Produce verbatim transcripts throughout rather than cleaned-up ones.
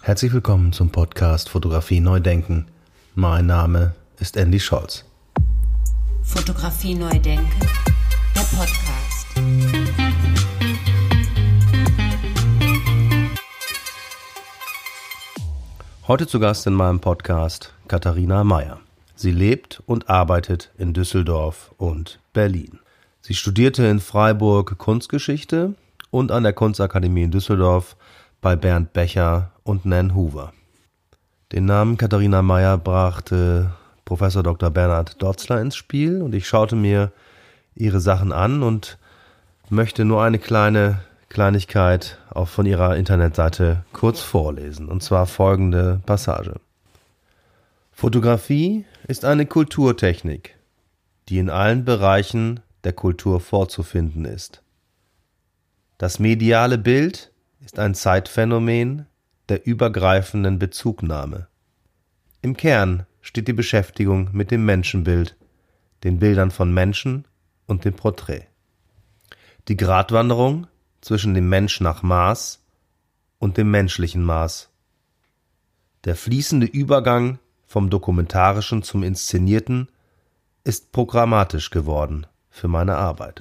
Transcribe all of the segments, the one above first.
Herzlich willkommen zum Podcast Fotografie neu denken. Mein Name ist Andy Scholz. Fotografie neu denken, der Podcast. Heute zu Gast in meinem Podcast Katharina Meyer. Sie lebt und arbeitet in Düsseldorf und Berlin. Sie studierte in Freiburg Kunstgeschichte und an der Kunstakademie in Düsseldorf bei Bernd Becher und Nan Hoover. Den Namen Katharina Meyer brachte Professor Doktor Bernhard Dotzler ins Spiel und ich schaute mir ihre Sachen an und möchte nur eine kleine Kleinigkeit auch von ihrer Internetseite kurz vorlesen, und zwar folgende Passage. Fotografie ist eine Kulturtechnik, die in allen Bereichen der Kultur vorzufinden ist. Das mediale Bild ist ein Zeitphänomen der übergreifenden Bezugnahme. Im Kern steht die Beschäftigung mit dem Menschenbild, den Bildern von Menschen und dem Porträt. Die Gratwanderung zwischen dem Mensch nach Maß und dem menschlichen Maß. Der fließende Übergang vom Dokumentarischen zum Inszenierten ist programmatisch geworden für meine Arbeit.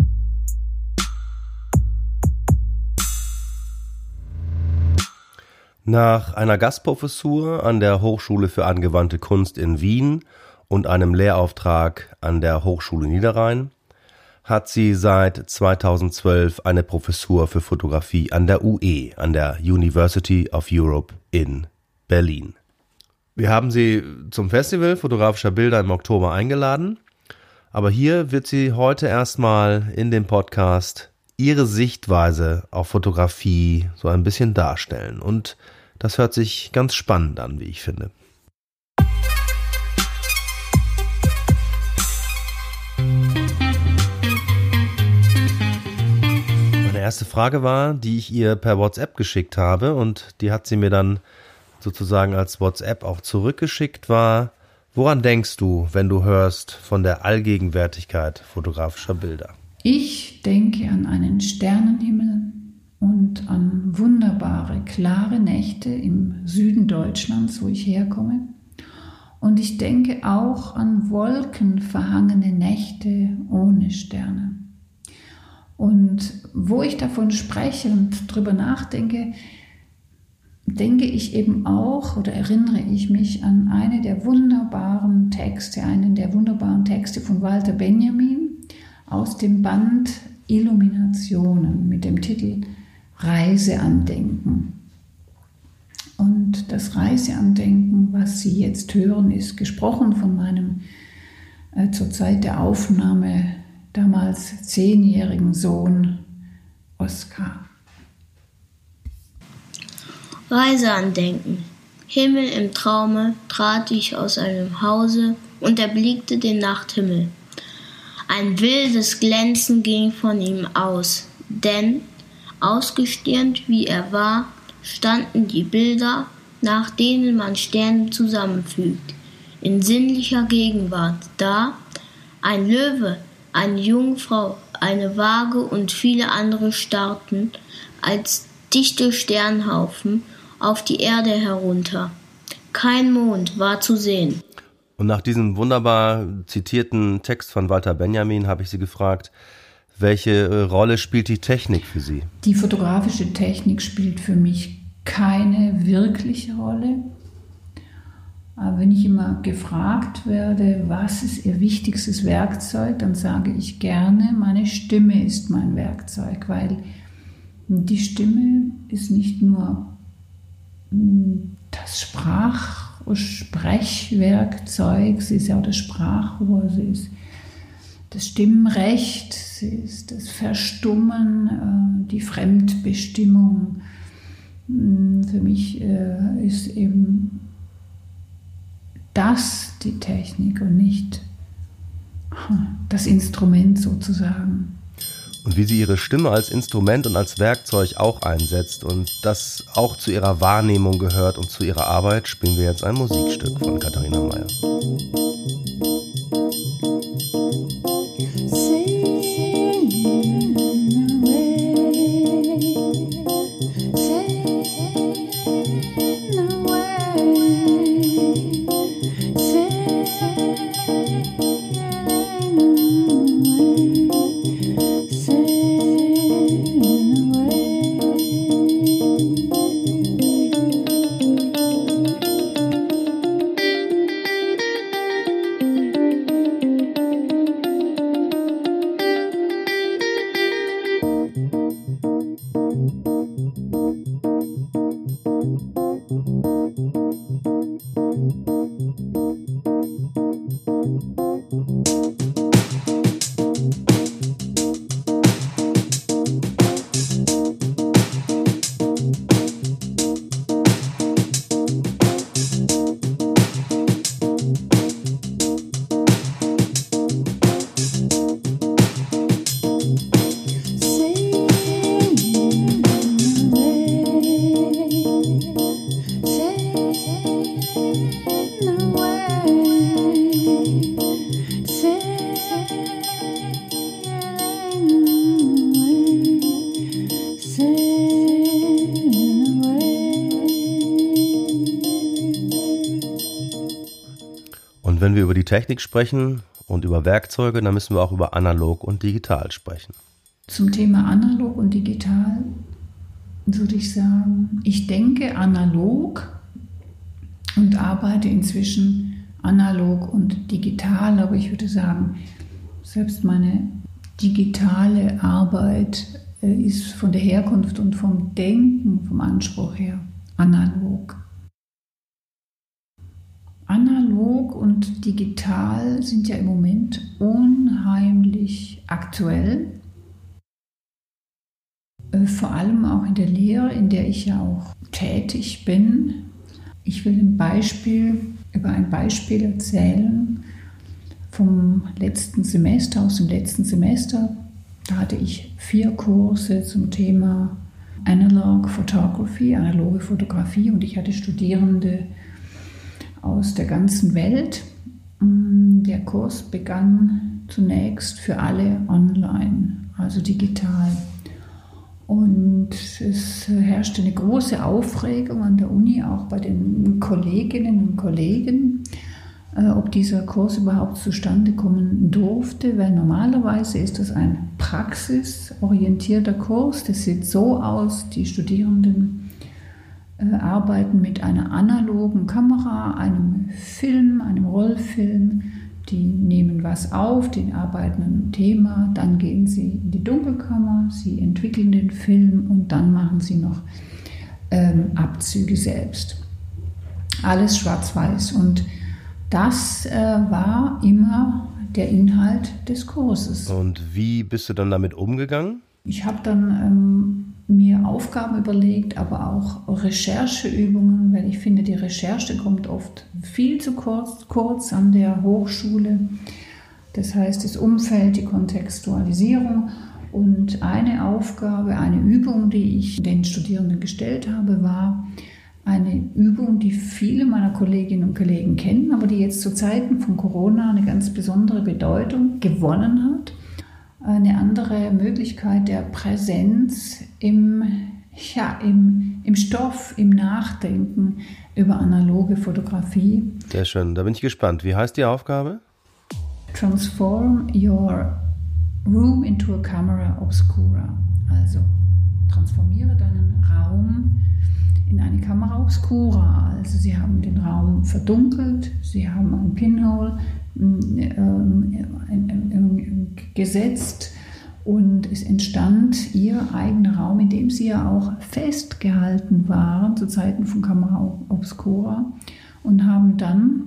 Nach einer Gastprofessur an der Hochschule für angewandte Kunst in Wien und einem Lehrauftrag an der Hochschule Niederrhein hat sie seit zweitausendzwölf eine Professur für Fotografie an der U E, an der University of Europe in Berlin. Wir haben sie zum Festival fotografischer Bilder im Oktober eingeladen, aber hier wird sie heute erstmal in dem Podcast ihre Sichtweise auf Fotografie so ein bisschen darstellen, und das hört sich ganz spannend an, wie ich finde. Meine erste Frage war, die ich ihr per WhatsApp geschickt habe, und die hat sie mir dann sozusagen als WhatsApp auch zurückgeschickt, war: Woran denkst du, wenn du hörst von der Allgegenwärtigkeit fotografischer Bilder? Ich denke an einen Sternenhimmel und an wunderbare, klare Nächte im Süden Deutschlands, wo ich herkomme. Und ich denke auch an wolkenverhangene Nächte ohne Sterne. Und wo ich davon spreche und drüber nachdenke, denke ich eben auch oder erinnere ich mich an eine der wunderbaren Texte, einen der wunderbaren Texte von Walter Benjamin aus dem Band Illuminationen mit dem Titel Reiseandenken. Und das Reiseandenken, was Sie jetzt hören, ist gesprochen von meinem äh, zur Zeit der Aufnahme damals zehnjährigen Sohn Oskar. Reiseandenken. Himmel im Traume trat ich aus einem Hause und erblickte den Nachthimmel. Ein wildes Glänzen ging von ihm aus, denn, ausgestirnt wie er war, standen die Bilder, nach denen man Sterne zusammenfügt, in sinnlicher Gegenwart da, ein Löwe, eine Jungfrau, eine Waage und viele andere starrten, als dichte Sternhaufen, auf die Erde herunter. Kein Mond war zu sehen. Und nach diesem wunderbar zitierten Text von Walter Benjamin habe ich Sie gefragt, welche Rolle spielt die Technik für Sie? Die fotografische Technik spielt für mich keine wirkliche Rolle. Aber wenn ich immer gefragt werde, was ist Ihr wichtigstes Werkzeug, dann sage ich gerne, meine Stimme ist mein Werkzeug, weil die Stimme ist nicht nur das Sprach- Sprechwerkzeug, sie ist ja auch das Sprachrohr, sie ist das Stimmrecht, sie ist das Verstummen, die Fremdbestimmung. Für mich ist eben das die Technik und nicht das Instrument sozusagen. Und wie sie ihre Stimme als Instrument und als Werkzeug auch einsetzt und das auch zu ihrer Wahrnehmung gehört und zu ihrer Arbeit, spielen wir jetzt ein Musikstück von Katharina Meyer. Singing away, singing wenn wir über die Technik sprechen und über Werkzeuge, dann müssen wir auch über analog und digital sprechen. Zum Thema analog und digital würde ich sagen, ich denke analog und arbeite inzwischen analog und digital, aber ich würde sagen, selbst meine digitale Arbeit ist von der Herkunft und vom Denken, vom Anspruch her analog. Analog und digital sind ja im Moment unheimlich aktuell. Vor allem auch in der Lehre, in der ich ja auch tätig bin. Ich will ein Beispiel, über ein Beispiel erzählen vom letzten Semester, aus dem letzten Semester. Da hatte ich vier Kurse zum Thema Analog Photography, analoge Fotografie, und ich hatte Studierende aus der ganzen Welt. Der Kurs begann zunächst für alle online, also digital. Und es herrschte eine große Aufregung an der Uni, auch bei den Kolleginnen und Kollegen, ob dieser Kurs überhaupt zustande kommen durfte, weil normalerweise ist das ein praxisorientierter Kurs. Das sieht so aus, die Studierenden äh, arbeiten mit einer analogen Kamera, einem Film, einem Rollfilm. Die nehmen was auf, die arbeiten an einem Thema, dann gehen sie in die Dunkelkammer, sie entwickeln den Film und dann machen sie noch ähm, Abzüge selbst. Alles schwarz-weiß, und das äh, war immer der Inhalt des Kurses. Und wie bist du dann damit umgegangen? Ich habe dann ähm, mir Aufgaben überlegt, aber auch Rechercheübungen, weil ich finde, die Recherche kommt oft viel zu kurz, kurz an der Hochschule. Das heißt, das Umfeld, die Kontextualisierung. Und eine Aufgabe, eine Übung, die ich den Studierenden gestellt habe, war eine Übung, die viele meiner Kolleginnen und Kollegen kennen, aber die jetzt zu Zeiten von Corona eine ganz besondere Bedeutung gewonnen hat. Eine andere Möglichkeit der Präsenz im, ja, im, im Stoff, im Nachdenken über analoge Fotografie. Sehr schön, da bin ich gespannt. Wie heißt die Aufgabe? Transform your room into a camera obscura. Also transformiere deinen Raum in eine Kamera obscura. Also sie haben den Raum verdunkelt, sie haben ein Pinhole ähm, gesetzt und es entstand ihr eigener Raum, in dem sie ja auch festgehalten waren zu Zeiten von Kamera obscura, und haben dann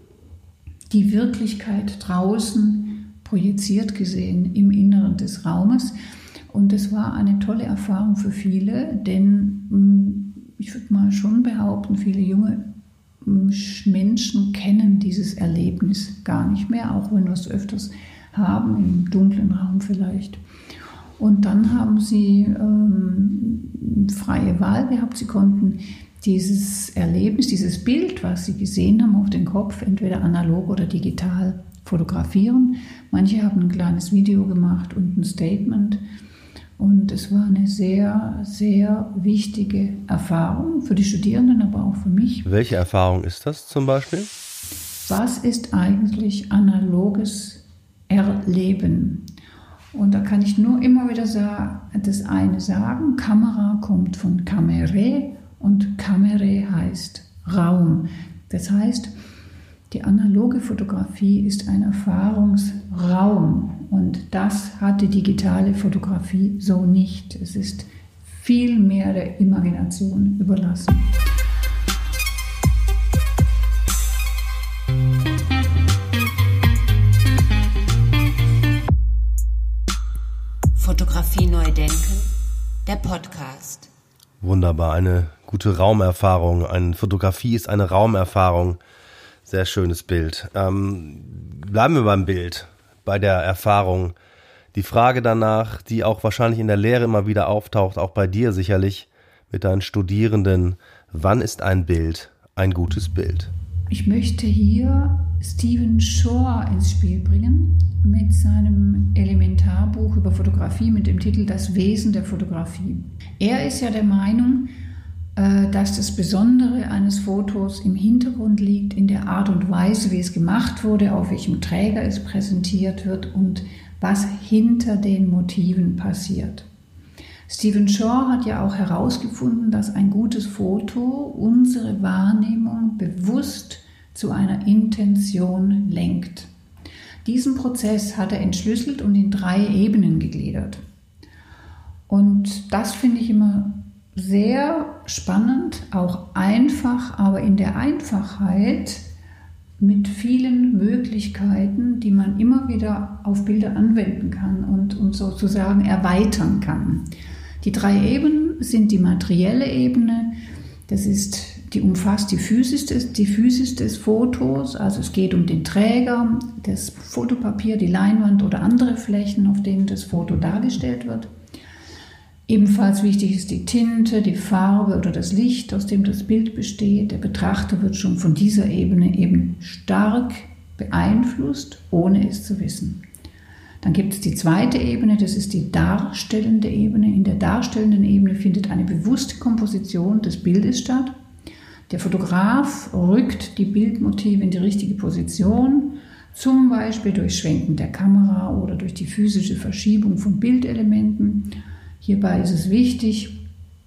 die Wirklichkeit draußen projiziert gesehen im Inneren des Raumes. Und es war eine tolle Erfahrung für viele, denn ich würde mal schon behaupten, viele junge Menschen kennen dieses Erlebnis gar nicht mehr, auch wenn wir es öfters haben, im dunklen Raum vielleicht. Und dann haben sie ähm, freie Wahl gehabt. Sie konnten dieses Erlebnis, dieses Bild, was sie gesehen haben, auf den Kopf, entweder analog oder digital fotografieren. Manche haben ein kleines Video gemacht und ein Statement. Und es war eine sehr, sehr wichtige Erfahrung für die Studierenden, aber auch für mich. Welche Erfahrung ist das zum Beispiel? Was ist eigentlich analoges Erleben? Und da kann ich nur immer wieder sagen, das eine sagen, Kamera kommt von Camere und Camere heißt Raum. Das heißt, die analoge Fotografie ist ein Erfahrungsraum, und das hat die digitale Fotografie so nicht. Es ist viel mehr der Imagination überlassen. Fotografie neu denken, der Podcast. Wunderbar, eine gute Raumerfahrung. Eine Fotografie ist eine Raumerfahrung. Sehr schönes Bild. Ähm, bleiben wir beim Bild, bei der Erfahrung. Die Frage danach, die auch wahrscheinlich in der Lehre immer wieder auftaucht, auch bei dir sicherlich mit deinen Studierenden. Wann ist ein Bild ein gutes Bild? Ich möchte hier Stephen Shore ins Spiel bringen mit seinem Elementarbuch über Fotografie mit dem Titel Das Wesen der Fotografie. Er ist ja der Meinung, dass das Besondere eines Fotos im Hintergrund liegt, in der Art und Weise, wie es gemacht wurde, auf welchem Träger es präsentiert wird und was hinter den Motiven passiert. Stephen Shore hat ja auch herausgefunden, dass ein gutes Foto unsere Wahrnehmung bewusst zu einer Intention lenkt. Diesen Prozess hat er entschlüsselt und in drei Ebenen gegliedert. Und das finde ich immer sehr spannend, auch einfach, aber in der Einfachheit mit vielen Möglichkeiten, die man immer wieder auf Bilder anwenden kann und, und sozusagen erweitern kann. Die drei Ebenen sind die materielle Ebene, das ist, die umfasst die Physis des, die Physis des Fotos, also es geht um den Träger, das Fotopapier, die Leinwand oder andere Flächen, auf denen das Foto dargestellt wird. Ebenfalls wichtig ist die Tinte, die Farbe oder das Licht, aus dem das Bild besteht. Der Betrachter wird schon von dieser Ebene eben stark beeinflusst, ohne es zu wissen. Dann gibt es die zweite Ebene, das ist die darstellende Ebene. In der darstellenden Ebene findet eine bewusste Komposition des Bildes statt. Der Fotograf rückt die Bildmotive in die richtige Position, zum Beispiel durch Schwenken der Kamera oder durch die physische Verschiebung von Bildelementen. Hierbei ist es wichtig,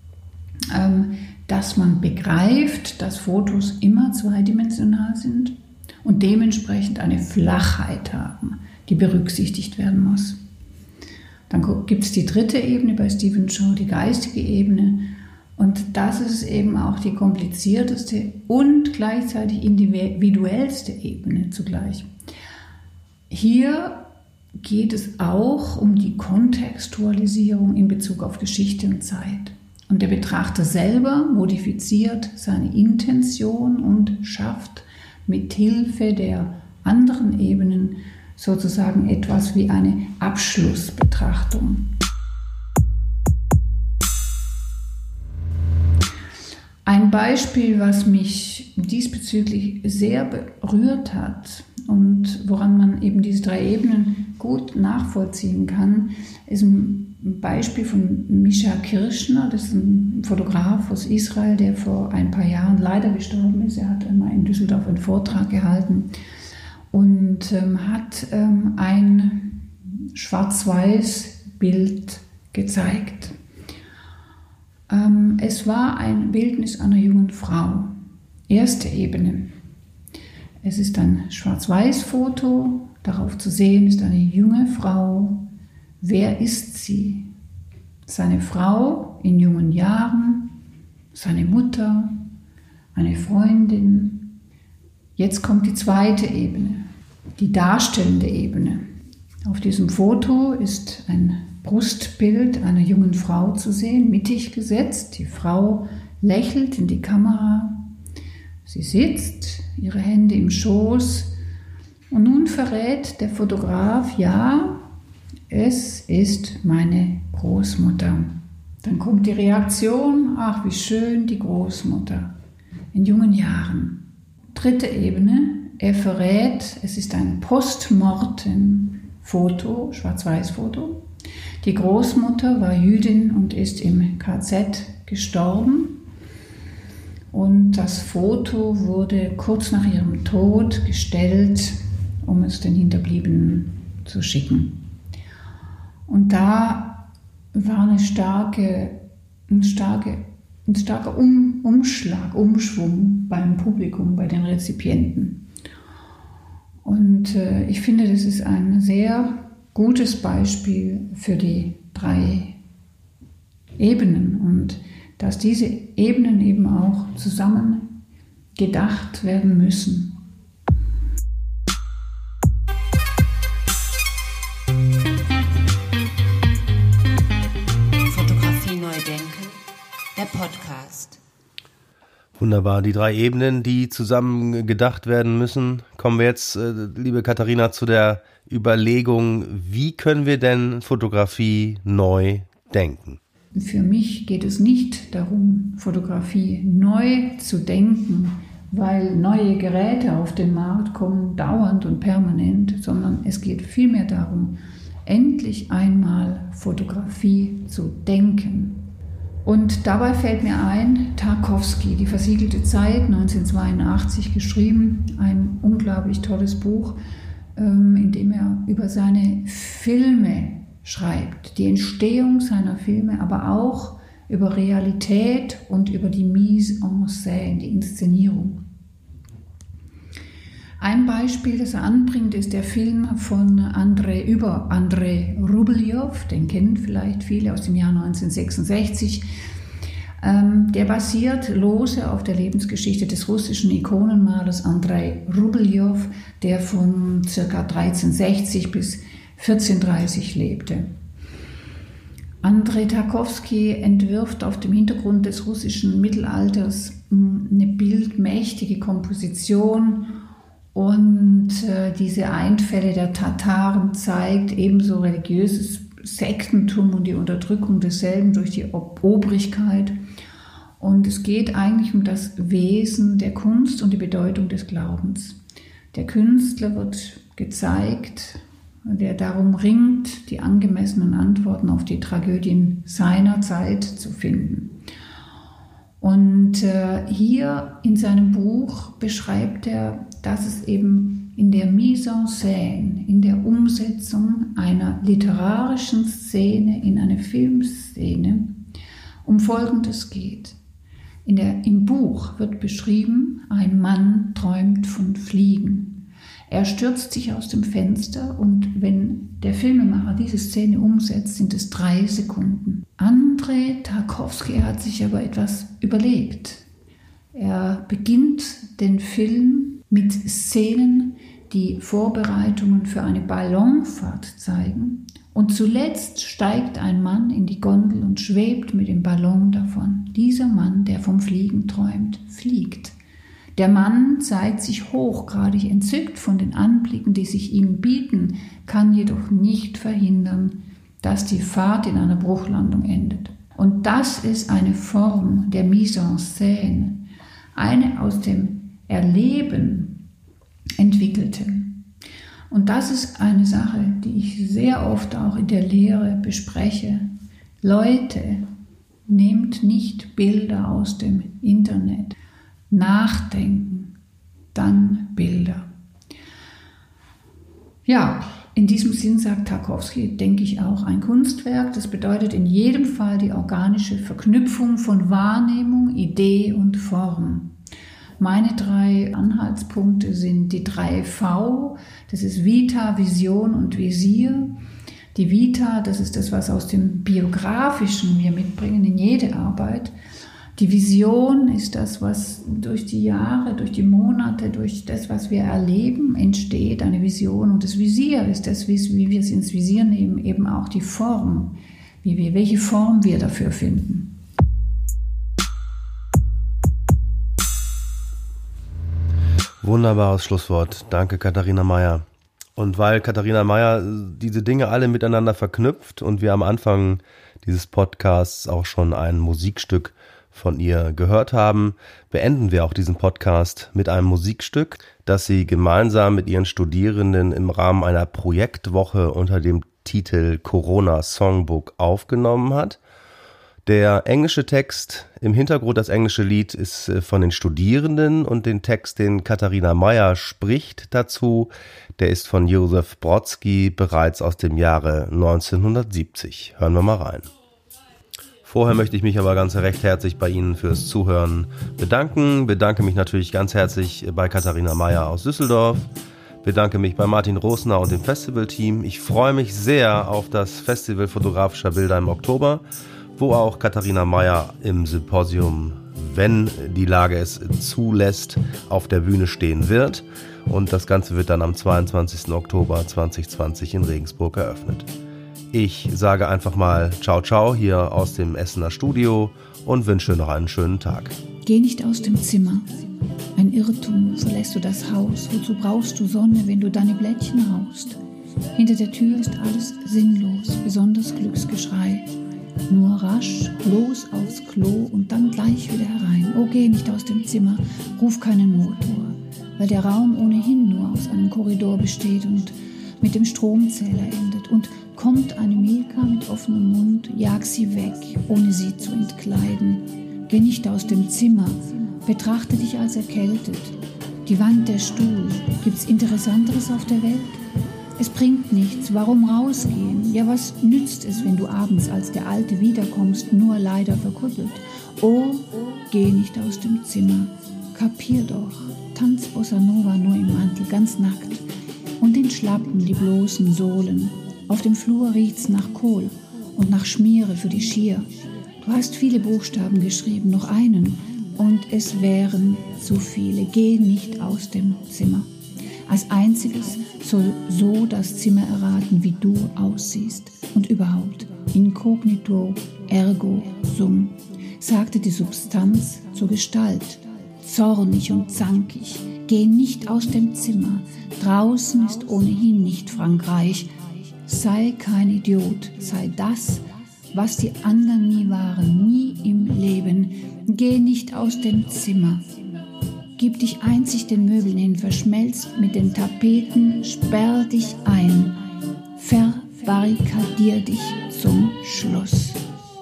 dass man begreift, dass Fotos immer zweidimensional sind und dementsprechend eine Flachheit haben, die berücksichtigt werden muss. Dann gibt es die dritte Ebene bei Stephen Shore, die geistige Ebene. Und das ist eben auch die komplizierteste und gleichzeitig individuellste Ebene zugleich. Hier geht es auch um die Kontextualisierung in Bezug auf Geschichte und Zeit. Und der Betrachter selber modifiziert seine Intention und schafft mit Hilfe der anderen Ebenen sozusagen etwas wie eine Abschlussbetrachtung. Ein Beispiel, was mich diesbezüglich sehr berührt hat und woran man eben diese drei Ebenen gut nachvollziehen kann, ist ein Beispiel von Misha Kirschner. Das ist ein Fotograf aus Israel, der vor ein paar Jahren leider gestorben ist. Er hat einmal in Düsseldorf einen Vortrag gehalten und ähm, hat ähm, ein Schwarz-Weiß-Bild gezeigt. Ähm, es war ein Bildnis einer jungen Frau. Erste Ebene. Es ist ein Schwarz-Weiß-Foto. Darauf zu sehen ist eine junge Frau. Wer ist sie? Seine Frau in jungen Jahren, seine Mutter, eine Freundin. Jetzt kommt die zweite Ebene, die darstellende Ebene. Auf diesem Foto ist ein Brustbild einer jungen Frau zu sehen, mittig gesetzt. Die Frau lächelt in die Kamera. Sie sitzt, ihre Hände im Schoß. Und nun verrät der Fotograf, ja, es ist meine Großmutter. Dann kommt die Reaktion, ach wie schön, die Großmutter in jungen Jahren. Dritte Ebene, er verrät, es ist ein Postmortem-Foto, Schwarz-Weiß-Foto. Die Großmutter war Jüdin und ist im K Z gestorben. Und das Foto wurde kurz nach ihrem Tod gestellt, um es den Hinterbliebenen zu schicken. Und da war eine starke, ein, starke, ein starker um, Umschlag, Umschwung beim Publikum, bei den Rezipienten. Und äh, ich finde, das ist ein sehr gutes Beispiel für die drei Ebenen und dass diese Ebenen eben auch zusammen gedacht werden müssen. Fotografie neu denken, der Podcast. Wunderbar, die drei Ebenen, die zusammen gedacht werden müssen. Kommen wir jetzt, liebe Katharina, zu der Überlegung, wie können wir denn Fotografie neu denken? Für mich geht es nicht darum, Fotografie neu zu denken, weil neue Geräte auf den Markt kommen, dauernd und permanent, sondern es geht vielmehr darum, endlich einmal Fotografie zu denken. Und dabei fällt mir ein, Tarkowski, Die versiegelte Zeit, neunzehnhundertzweiundachtzig geschrieben, ein unglaublich tolles Buch, in dem er über seine Filme schreibt, die Entstehung seiner Filme, aber auch über Realität und über die Mise en scène, die Inszenierung. Ein Beispiel, das er anbringt, ist der Film von Andrei, über Andrei Rubeljow, den kennen vielleicht viele, aus dem Jahr neunzehnhundertsechsundsechzig. Ähm, der basiert lose auf der Lebensgeschichte des russischen Ikonenmalers Andrei Rubeljow, der von ca. dreizehnhundertsechzig bis vierzehnhundertdreißig lebte. Andrei Tarkowski entwirft auf dem Hintergrund des russischen Mittelalters eine bildmächtige Komposition, und äh, diese Einfälle der Tataren zeigt ebenso religiöses Sektentum und die Unterdrückung desselben durch die Ob- Obrigkeit. Und es geht eigentlich um das Wesen der Kunst und die Bedeutung des Glaubens. Der Künstler wird gezeigt, der darum ringt, die angemessenen Antworten auf die Tragödien seiner Zeit zu finden. Und äh, hier in seinem Buch beschreibt er, dass es eben in der Mise en scène, in der Umsetzung einer literarischen Szene in eine Filmszene um Folgendes geht. In der, im Buch wird beschrieben, ein Mann träumt von Fliegen. Er stürzt sich aus dem Fenster und wenn der Filmemacher diese Szene umsetzt, sind es drei Sekunden. Andrei Tarkowski hat sich aber etwas überlegt. Er beginnt den Film mit Szenen, die Vorbereitungen für eine Ballonfahrt zeigen. Und zuletzt steigt ein Mann in die Gondel und schwebt mit dem Ballon davon. Dieser Mann, der vom Fliegen träumt, fliegt. Der Mann zeigt sich hochgradig entzückt von den Anblicken, die sich ihm bieten, kann jedoch nicht verhindern, dass die Fahrt in einer Bruchlandung endet. Und das ist eine Form der Mise en scène, eine aus dem Erleben entwickelte. Und das ist eine Sache, die ich sehr oft auch in der Lehre bespreche. Leute, nehmt nicht Bilder aus dem Internet. Nachdenken, dann Bilder. Ja, in diesem Sinn sagt Tarkowski, denke ich auch, ein Kunstwerk. Das bedeutet in jedem Fall die organische Verknüpfung von Wahrnehmung, Idee und Form. Meine drei Anhaltspunkte sind die drei V, das ist Vita, Vision und Visier. Die Vita, das ist das, was aus dem Biografischen wir mitbringen in jede Arbeit. Die Vision ist das, was durch die Jahre, durch die Monate, durch das, was wir erleben, entsteht, eine Vision. Und das Visier ist das, wie wir es ins Visier nehmen, eben auch die Form, wie wir, welche Form wir dafür finden. Wunderbares Schlusswort. Danke, Katharina Mayer. Und weil Katharina Mayer diese Dinge alle miteinander verknüpft und wir am Anfang dieses Podcasts auch schon ein Musikstück von ihr gehört haben, beenden wir auch diesen Podcast mit einem Musikstück, das sie gemeinsam mit ihren Studierenden im Rahmen einer Projektwoche unter dem Titel Corona Songbook aufgenommen hat. Der englische Text, im Hintergrund das englische Lied, ist von den Studierenden und den Text, den Katharina Mayer spricht dazu, der ist von Josef Brodsky bereits aus dem Jahre neunzehnhundertsiebzig. Hören wir mal rein. Vorher möchte ich mich aber ganz recht herzlich bei Ihnen fürs Zuhören bedanken. Bedanke mich natürlich ganz herzlich bei Katharina Mayer aus Düsseldorf. Bedanke mich bei Martin Rosner und dem Festivalteam. Ich freue mich sehr auf das Festival fotografischer Bilder im Oktober, wo auch Katharina Mayer im Symposium, wenn die Lage es zulässt, auf der Bühne stehen wird. Und das Ganze wird dann am zweiundzwanzigsten Oktober zweitausendzwanzig in Regensburg eröffnet. Ich sage einfach mal ciao ciao hier aus dem Essener Studio und wünsche noch einen schönen Tag. Geh nicht aus dem Zimmer. Ein Irrtum, verlässt du das Haus. Wozu brauchst du Sonne, wenn du deine Blättchen haust? Hinter der Tür ist alles sinnlos, besonders Glücksgeschrei. Nur rasch, los aufs Klo und dann gleich wieder herein. Oh, geh nicht aus dem Zimmer, ruf keinen Motor, weil der Raum ohnehin nur aus einem Korridor besteht und mit dem Stromzähler endet. und kommt eine Milka mit offenem Mund, jag sie weg, ohne sie zu entkleiden. Geh nicht aus dem Zimmer, betrachte dich als erkältet. Die Wand, der Stuhl, gibt's Interessanteres auf der Welt? Es bringt nichts, warum rausgehen? Ja, was nützt es, wenn du abends als der Alte wiederkommst, nur leider verkuppelt? Oh, geh nicht aus dem Zimmer, kapier doch, tanz Bossa Nova nur im Mantel, ganz nackt. Und den Schlappen, die bloßen Sohlen. Auf dem Flur riecht's nach Kohl und nach Schmiere für die Schier. Du hast viele Buchstaben geschrieben, noch einen, und es wären zu viele. Geh nicht aus dem Zimmer. Als einziges soll so das Zimmer erraten, wie du aussiehst. Und überhaupt, incognito ergo sum, sagte die Substanz zur Gestalt, zornig und zankig. Geh nicht aus dem Zimmer, draußen ist ohnehin nicht Frankreich. Sei kein Idiot, sei das, was die anderen nie waren, nie im Leben. Geh nicht aus dem Zimmer. Gib dich einzig den Möbeln hin, verschmelzt mit den Tapeten, sperr dich ein, verbarrikadier dich zum Schluss.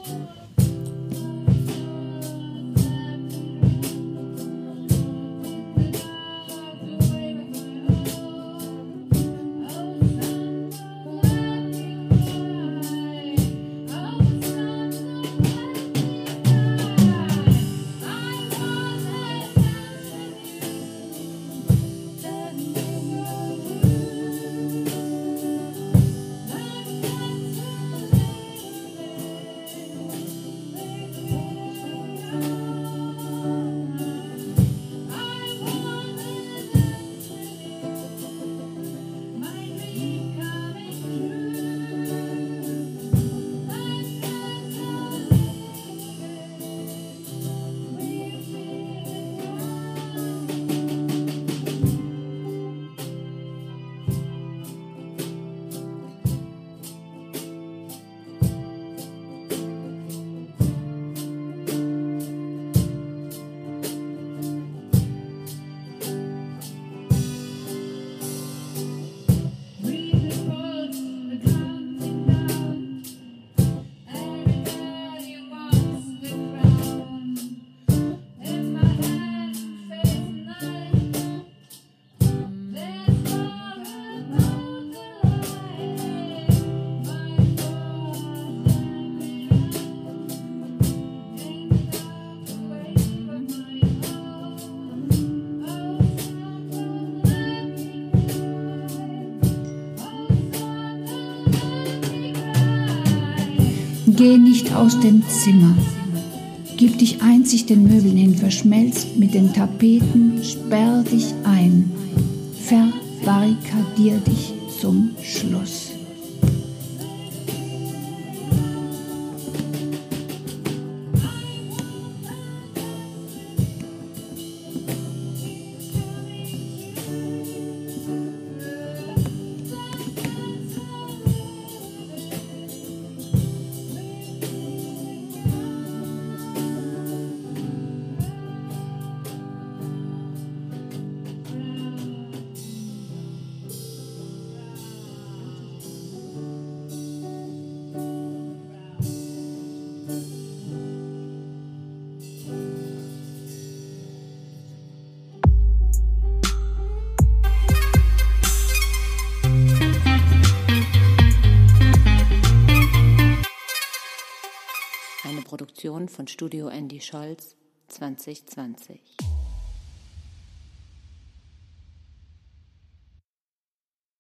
Geh nicht aus dem Zimmer. Gib dich einzig den Möbeln hin, verschmelzt mit den Tapeten, sperr dich ein, verbarrikadier dich zum Schluss. Eine Produktion von Studio Andy Scholz zwanzig zwanzig.